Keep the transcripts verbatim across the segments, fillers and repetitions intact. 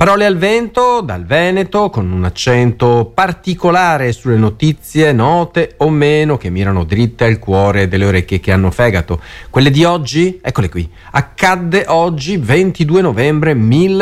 Parole al vento dal Veneto, con un accento particolare sulle notizie note o meno che mirano dritte al cuore delle orecchie che hanno fegato. Quelle di oggi, eccole qui. Accadde oggi ventidue novembre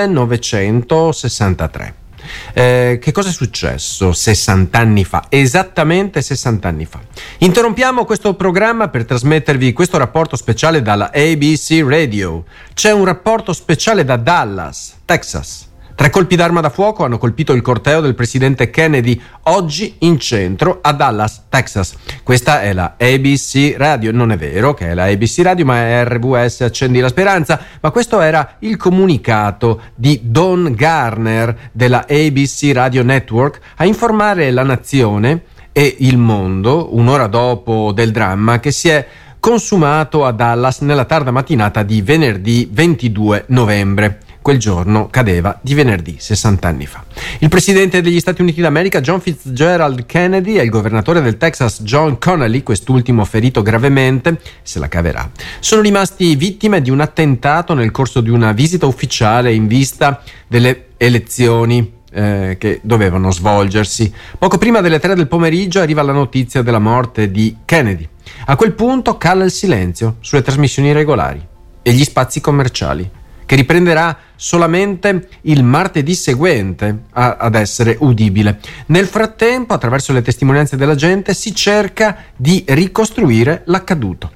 millenovecentosessantatré. Eh, che cosa è successo sessanta anni fa? Esattamente sessanta anni fa. Interrompiamo questo programma per trasmettervi questo rapporto speciale dalla A B C Radio. C'è un rapporto speciale da Dallas, Texas. Tre colpi d'arma da fuoco hanno colpito il corteo del presidente Kennedy oggi in centro a Dallas, Texas. Questa è la A B C Radio. Non è vero che è la A B C Radio, ma è R W S Accendi la Speranza. Ma questo era il comunicato di Don Garner della A B C Radio Network a informare la nazione e il mondo un'ora dopo del dramma che si è consumato a Dallas nella tarda mattinata di venerdì ventidue novembre. Quel giorno cadeva di venerdì sessanta anni fa. Il presidente degli Stati Uniti d'America John Fitzgerald Kennedy e il governatore del Texas John Connally, quest'ultimo ferito gravemente, se la caverà, sono rimasti vittime di un attentato nel corso di una visita ufficiale in vista delle elezioni eh, che dovevano svolgersi. Poco prima delle tre del pomeriggio arriva la notizia della morte di Kennedy. A quel punto cala il silenzio sulle trasmissioni regolari e gli spazi commerciali, che riprenderà solamente il martedì seguente a, ad essere udibile. Nel frattempo, attraverso le testimonianze della gente, si cerca di ricostruire l'accaduto.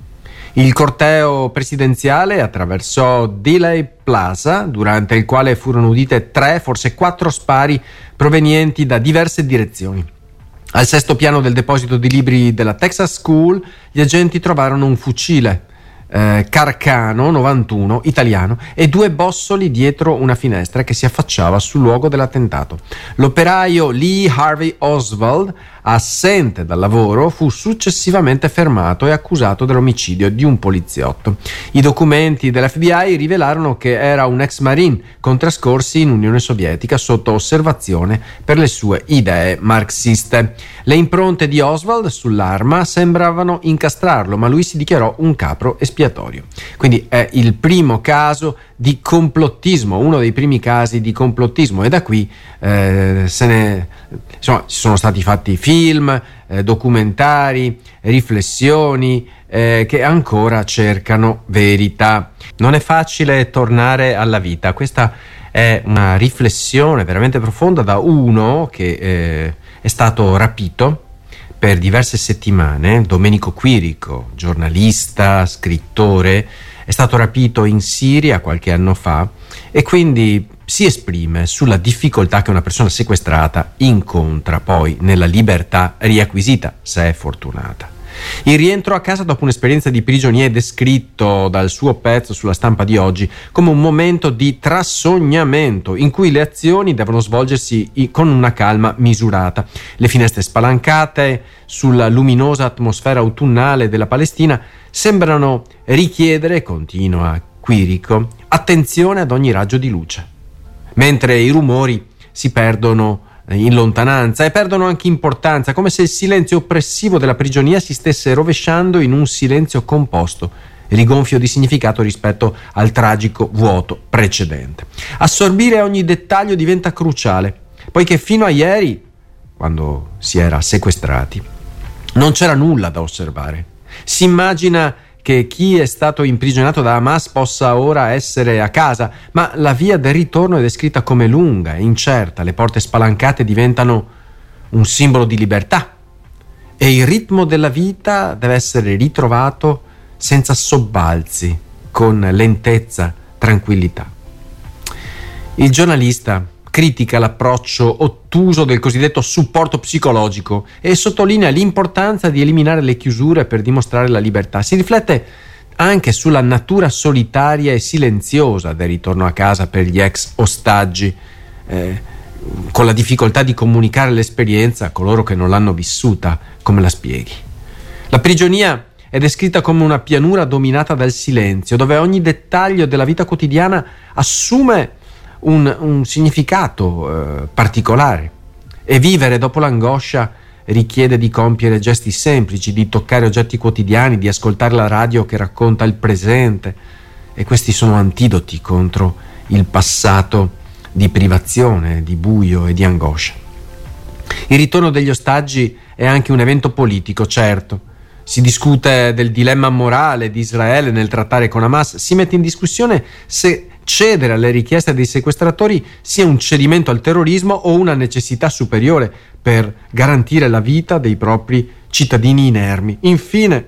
Il corteo presidenziale attraversò Dealey Plaza, durante il quale furono udite tre, forse quattro spari provenienti da diverse direzioni. Al sesto piano del deposito di libri della Texas School, gli agenti trovarono un fucile Eh, Carcano novantuno italiano e due bossoli dietro una finestra che si affacciava sul luogo dell'attentato. L'operaio Lee Harvey Oswald, assente dal lavoro, fu successivamente fermato e accusato dell'omicidio di un poliziotto. I documenti dell'F B I rivelarono che era un ex marine con trascorsi in Unione Sovietica sotto osservazione per le sue idee marxiste. Le impronte di Oswald sull'arma sembravano incastrarlo, ma lui si dichiarò un capro espiatorio. Quindi è il primo caso di complottismo, uno dei primi casi di complottismo, e da qui eh, se ne insomma ci sono stati fatti film, eh, documentari, riflessioni eh, che ancora cercano verità. Non è facile tornare alla vita. Questa è una riflessione veramente profonda da uno che eh, è stato rapito per diverse settimane. Domenico Quirico, giornalista, scrittore, è stato rapito in Siria qualche anno fa e quindi si esprime sulla difficoltà che una persona sequestrata incontra poi nella libertà riacquisita, se è fortunata. Il rientro a casa dopo un'esperienza di prigionia è descritto dal suo pezzo sulla Stampa di oggi come un momento di trassognamento in cui le azioni devono svolgersi con una calma misurata. Le finestre spalancate sulla luminosa atmosfera autunnale della Palestina sembrano richiedere, continua Quirico, attenzione ad ogni raggio di luce, mentre i rumori si perdono in lontananza e perdono anche importanza, come se il silenzio oppressivo della prigionia si stesse rovesciando in un silenzio composto, rigonfio di significato rispetto al tragico vuoto precedente. Assorbire ogni dettaglio diventa cruciale, poiché fino a ieri, quando si era sequestrati, non c'era nulla da osservare. Si immagina che chi è stato imprigionato da Hamas possa ora essere a casa, ma la via del ritorno è descritta come lunga e incerta. Le porte spalancate diventano un simbolo di libertà e il ritmo della vita deve essere ritrovato senza sobbalzi, con lentezza, tranquillità. Il giornalista critica l'approccio ottuso del cosiddetto supporto psicologico e sottolinea l'importanza di eliminare le chiusure per dimostrare la libertà. Si riflette anche sulla natura solitaria e silenziosa del ritorno a casa per gli ex ostaggi, eh, con la difficoltà di comunicare l'esperienza a coloro che non l'hanno vissuta. Come la spieghi? La prigionia è descritta come una pianura dominata dal silenzio, dove ogni dettaglio della vita quotidiana assume Un, un significato eh, particolare, e vivere dopo l'angoscia richiede di compiere gesti semplici, di toccare oggetti quotidiani, di ascoltare la radio che racconta il presente, e questi sono antidoti contro il passato di privazione, di buio e di angoscia. Il ritorno degli ostaggi è anche un evento politico, certo. Si discute del dilemma morale di Israele nel trattare con Hamas, si mette in discussione se cedere alle richieste dei sequestratori sia un cedimento al terrorismo o una necessità superiore per garantire la vita dei propri cittadini inermi. Infine,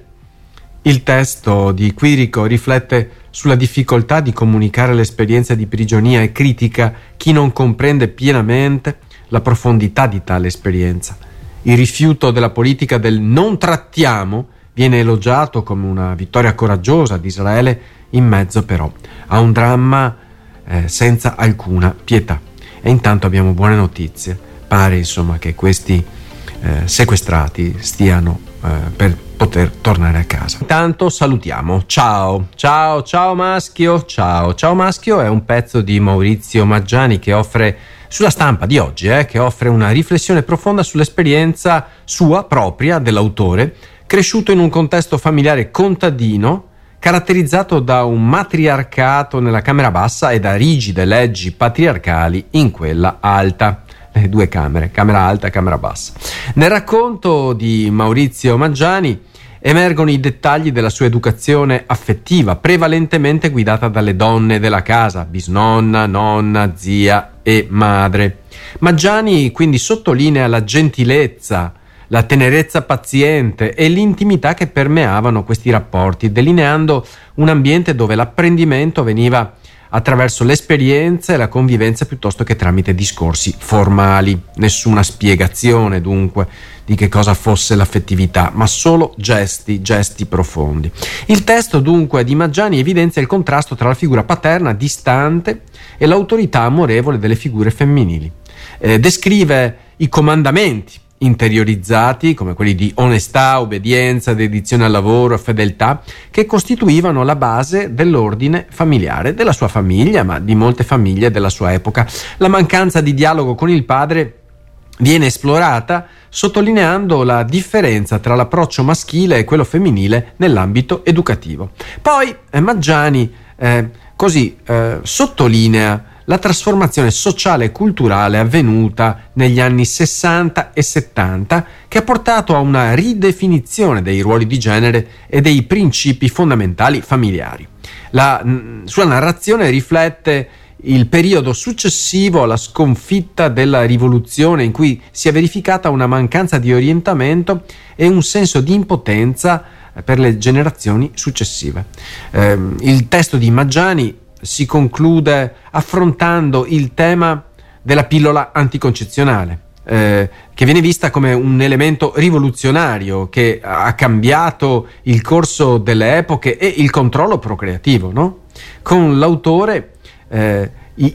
il testo di Quirico riflette sulla difficoltà di comunicare l'esperienza di prigionia e critica chi non comprende pienamente la profondità di tale esperienza. Il rifiuto della politica del non trattiamo viene elogiato come una vittoria coraggiosa di Israele in mezzo però a un dramma eh, senza alcuna pietà. E intanto abbiamo buone notizie. Pare insomma che questi eh, sequestrati stiano eh, per poter tornare a casa. Intanto salutiamo. Ciao, ciao, ciao Maschio, ciao, ciao Maschio è un pezzo di Maurizio Maggiani che offre sulla Stampa di oggi, eh, che offre una riflessione profonda sull'esperienza sua propria dell'autore, cresciuto in un contesto familiare contadino caratterizzato da un matriarcato nella Camera bassa e da rigide leggi patriarcali in quella alta. Le due camere, Camera alta e Camera bassa. Nel racconto di Maurizio Maggiani emergono i dettagli della sua educazione affettiva, prevalentemente guidata dalle donne della casa, bisnonna, nonna, zia e madre. Maggiani quindi sottolinea la gentilezza, la tenerezza paziente e l'intimità che permeavano questi rapporti, delineando un ambiente dove l'apprendimento veniva attraverso l'esperienza e la convivenza piuttosto che tramite discorsi formali. Nessuna spiegazione dunque di che cosa fosse l'affettività, ma solo gesti, gesti profondi. Il testo dunque di Maggiani evidenzia il contrasto tra la figura paterna distante e l'autorità amorevole delle figure femminili. Eh, descrive i comandamenti interiorizzati, come quelli di onestà, obbedienza, dedizione al lavoro e fedeltà, che costituivano la base dell'ordine familiare, della sua famiglia, ma di molte famiglie della sua epoca. La mancanza di dialogo con il padre viene esplorata sottolineando la differenza tra l'approccio maschile e quello femminile nell'ambito educativo. Poi eh, Maggiani eh, così eh, sottolinea la trasformazione sociale e culturale avvenuta negli anni sessanta e settanta, che ha portato a una ridefinizione dei ruoli di genere e dei principi fondamentali familiari. La n- sua narrazione riflette il periodo successivo alla sconfitta della rivoluzione, in cui si è verificata una mancanza di orientamento e un senso di impotenza per le generazioni successive. Eh, il testo di Maggiani si conclude affrontando il tema della pillola anticoncezionale, eh, che viene vista come un elemento rivoluzionario che ha cambiato il corso delle epoche e il controllo procreativo, no? Con l'autore eh,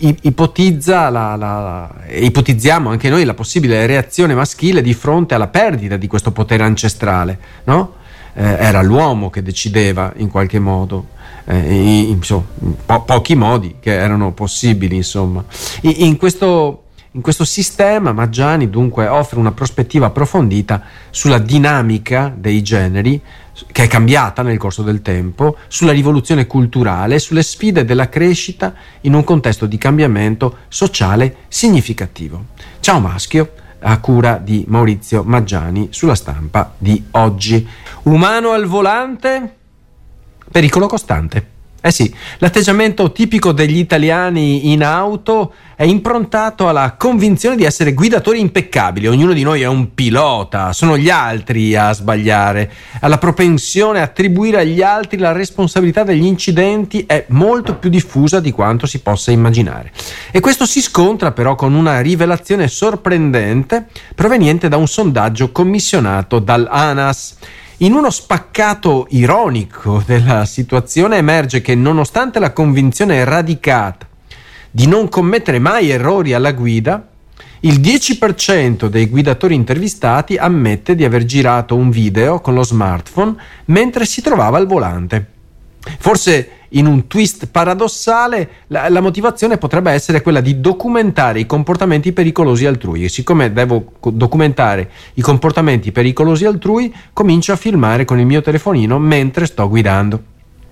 ipotizza la, la, ipotizziamo anche noi la possibile reazione maschile di fronte alla perdita di questo potere ancestrale, no? Eh, era l'uomo che decideva in qualche modo, eh, in, insomma, in po- pochi modi che erano possibili, insomma. In, in questo In questo sistema Maggiani dunque offre una prospettiva approfondita sulla dinamica dei generi che è cambiata nel corso del tempo, sulla rivoluzione culturale, sulle sfide della crescita in un contesto di cambiamento sociale significativo. Ciao Maschio, a cura di Maurizio Maggiani, sulla Stampa di oggi. Umano al volante, pericolo costante. Eh sì, l'atteggiamento tipico degli italiani in auto è improntato alla convinzione di essere guidatori impeccabili. Ognuno di noi è un pilota, sono gli altri a sbagliare. La propensione a attribuire agli altri la responsabilità degli incidenti è molto più diffusa di quanto si possa immaginare. E questo si scontra però con una rivelazione sorprendente proveniente da un sondaggio commissionato dall'ANAS. In uno spaccato ironico della situazione emerge che, nonostante la convinzione radicata di non commettere mai errori alla guida, il dieci per cento dei guidatori intervistati ammette di aver girato un video con lo smartphone mentre si trovava al volante. Forse in un twist paradossale la, la motivazione potrebbe essere quella di documentare i comportamenti pericolosi altrui, e siccome devo documentare i comportamenti pericolosi altrui, comincio a filmare con il mio telefonino mentre sto guidando.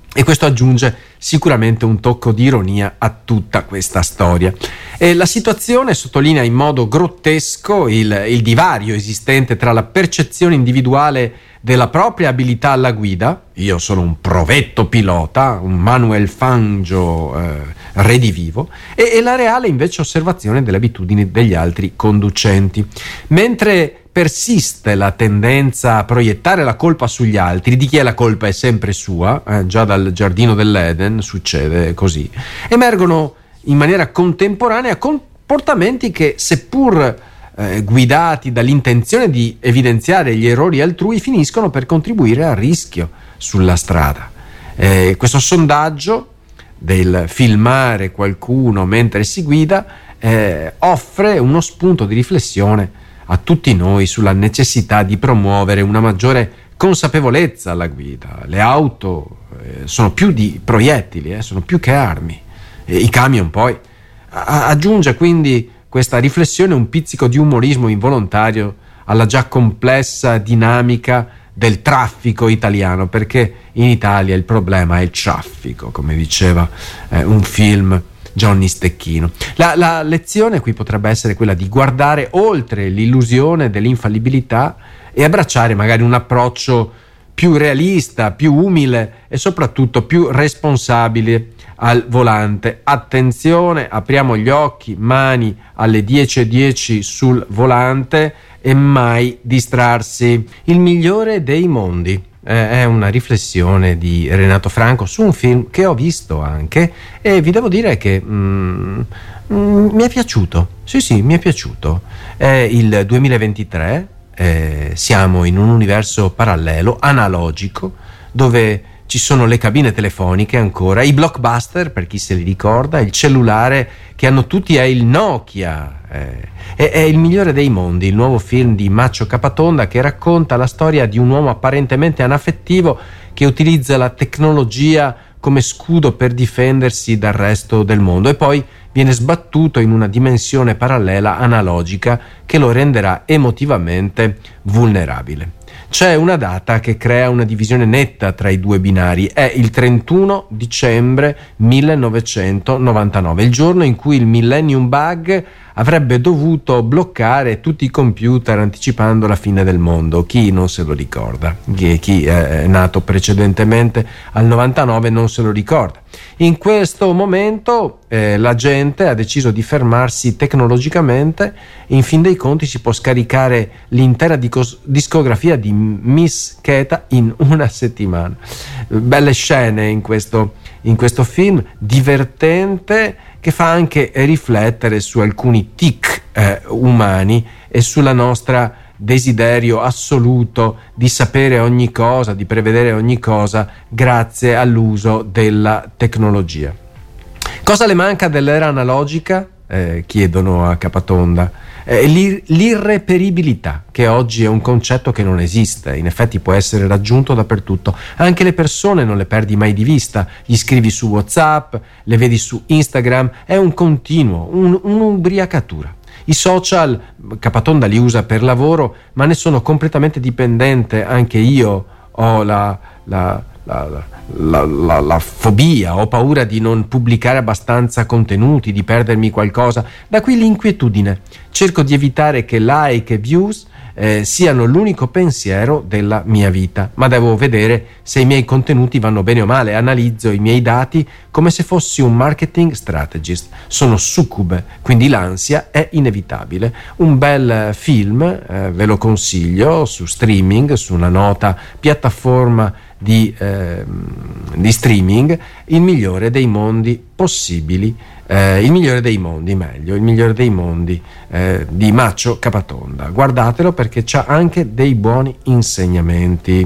E questo aggiunge sicuramente un tocco di ironia a tutta questa storia. E la situazione sottolinea in modo grottesco il, il divario esistente tra la percezione individuale della propria abilità alla guida, io sono un provetto pilota, un Manuel Fangio eh, redivivo, e, e la reale invece osservazione delle abitudini degli altri conducenti. Mentre persiste la tendenza a proiettare la colpa sugli altri, di chi è la colpa è sempre sua, eh, già dal giardino dell'Eden succede così, emergono in maniera contemporanea comportamenti che, seppur eh, guidati dall'intenzione di evidenziare gli errori altrui, finiscono per contribuire al rischio sulla strada. Eh, questo sondaggio del filmare qualcuno mentre si guida eh, offre uno spunto di riflessione a tutti noi sulla necessità di promuovere una maggiore consapevolezza alla guida. Le auto eh, sono più di proiettili, eh, sono più che armi. E i camion poi. A- aggiunge quindi questa riflessione un pizzico di umorismo involontario alla già complessa dinamica del traffico italiano, perché in Italia il problema è il traffico, come diceva eh, un film Johnny Stecchino. La, la lezione qui potrebbe essere quella di guardare oltre l'illusione dell'infallibilità e abbracciare magari un approccio più realista, più umile e soprattutto più responsabile al volante. Attenzione, apriamo gli occhi, mani alle dieci e dieci sul volante e mai distrarsi. Il migliore dei mondi è una riflessione di Renato Franco su un film che ho visto anche, e vi devo dire che mm, mm, mi è piaciuto. Sì, sì, mi è piaciuto. È il duemilaventitré, eh, siamo in un universo parallelo, analogico, dove ci sono le cabine telefoniche ancora, i blockbuster, per chi se li ricorda, il cellulare che hanno tutti è il Nokia. Eh, è, è il migliore dei mondi, il nuovo film di Maccio Capatonda, che racconta la storia di un uomo apparentemente anaffettivo che utilizza la tecnologia come scudo per difendersi dal resto del mondo e poi viene sbattuto in una dimensione parallela analogica che lo renderà emotivamente vulnerabile. C'è una data che crea una divisione netta tra i due binari, è il trentuno dicembre millenovecentonovantanove, il giorno in cui il Millennium Bug avrebbe dovuto bloccare tutti i computer anticipando la fine del mondo. Chi non se lo ricorda? Chi è nato precedentemente al novantanove non se lo ricorda. In questo momento eh, la gente ha deciso di fermarsi tecnologicamente. In fin dei conti si può scaricare l'intera dicos- discografia di Miss Keta in una settimana. Belle scene in questo, in questo film, divertente, che fa anche riflettere su alcuni tic eh, umani e sulla nostra desiderio assoluto di sapere ogni cosa, di prevedere ogni cosa grazie all'uso della tecnologia. Cosa le manca dell'era analogica? Eh, chiedono a Capatonda. Eh, l'ir- l'irreperibilità, che oggi è un concetto che non esiste, in effetti può essere raggiunto dappertutto. Anche le persone non le perdi mai di vista, gli scrivi su WhatsApp, le vedi su Instagram, è un continuo, un, un'ubriacatura. I social Capatonda li usa per lavoro, ma ne sono completamente dipendente. Anche io ho la, la, la, la, la, la fobia, ho paura di non pubblicare abbastanza contenuti, di perdermi qualcosa. Da qui l'inquietudine. Cerco di evitare che like e views eh, siano l'unico pensiero della mia vita, ma devo vedere se i miei contenuti vanno bene o male. Analizzo i miei dati come se fossi un marketing strategist. Sono succube, quindi l'ansia è inevitabile. Un bel film, eh, ve lo consiglio, su streaming, su una nota piattaforma di, eh, di streaming, Il migliore dei mondi possibili, eh, il migliore dei mondi, meglio, il migliore dei mondi eh, di Maccio Capatonda. Guardatelo perché c'ha anche dei buoni insegnamenti.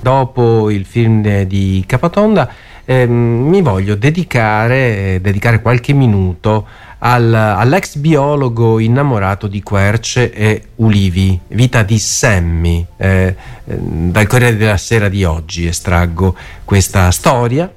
Dopo il film de, di Capatonda eh, mi voglio dedicare, eh, dedicare qualche minuto al, all'ex biologo innamorato di querce e ulivi, vita di Sammy. Eh, eh, dal Corriere della Sera di oggi estraggo questa storia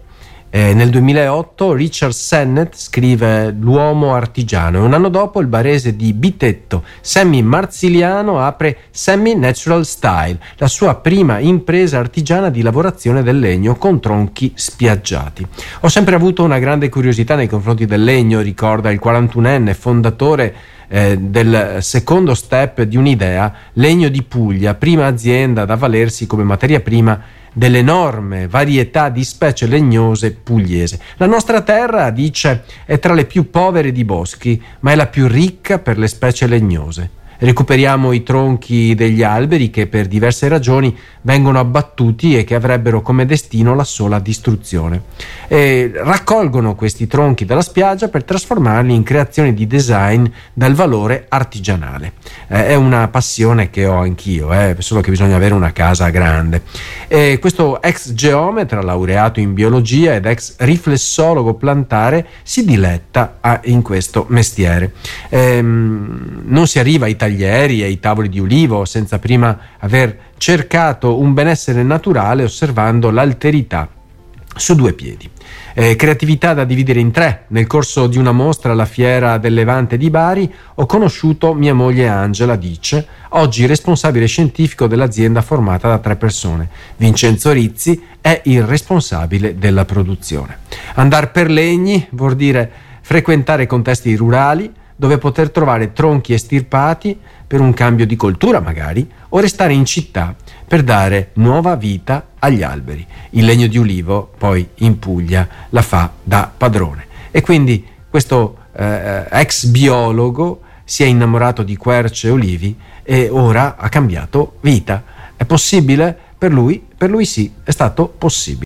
Eh, nel duemilaotto Richard Sennett scrive L'uomo artigiano e un anno dopo il barese di Bitetto, Sammy Marziliano, apre Sammy Natural Style, la sua prima impresa artigiana di lavorazione del legno con tronchi spiaggiati. Ho sempre avuto una grande curiosità nei confronti del legno, ricorda il quarantunenne fondatore eh, del secondo step di un'idea, Legno di Puglia, prima azienda ad avvalersi come materia prima dell'enorme varietà di specie legnose pugliese. La nostra terra, dice, è tra le più povere di boschi, ma è la più ricca per le specie legnose. Recuperiamo i tronchi degli alberi che per diverse ragioni vengono abbattuti e che avrebbero come destino la sola distruzione. E raccolgono questi tronchi dalla spiaggia per trasformarli in creazioni di design dal valore artigianale. Eh, è una passione che ho anch'io, eh, solo che bisogna avere una casa grande. E questo ex geometra, laureato in biologia ed ex riflessologo plantare, si diletta a, in questo mestiere. Ehm, non si arriva ai taglieri e ai tavoli di ulivo senza prima aver cercato un benessere naturale osservando l'alterità su due piedi. Eh, creatività da dividere in tre. Nel corso di una mostra alla Fiera del Levante di Bari ho conosciuto mia moglie Angela, dice, oggi responsabile scientifico dell'azienda formata da tre persone. Vincenzo Rizzi è il responsabile della produzione. Andar per legni vuol dire frequentare contesti rurali dove poter trovare tronchi estirpati per un cambio di coltura magari, o restare in città per dare nuova vita agli alberi. Il legno di ulivo poi in Puglia la fa da padrone. E quindi questo eh, ex biologo si è innamorato di querce e olivi e ora ha cambiato vita. È possibile? Per lui, per lui sì, è stato possibile.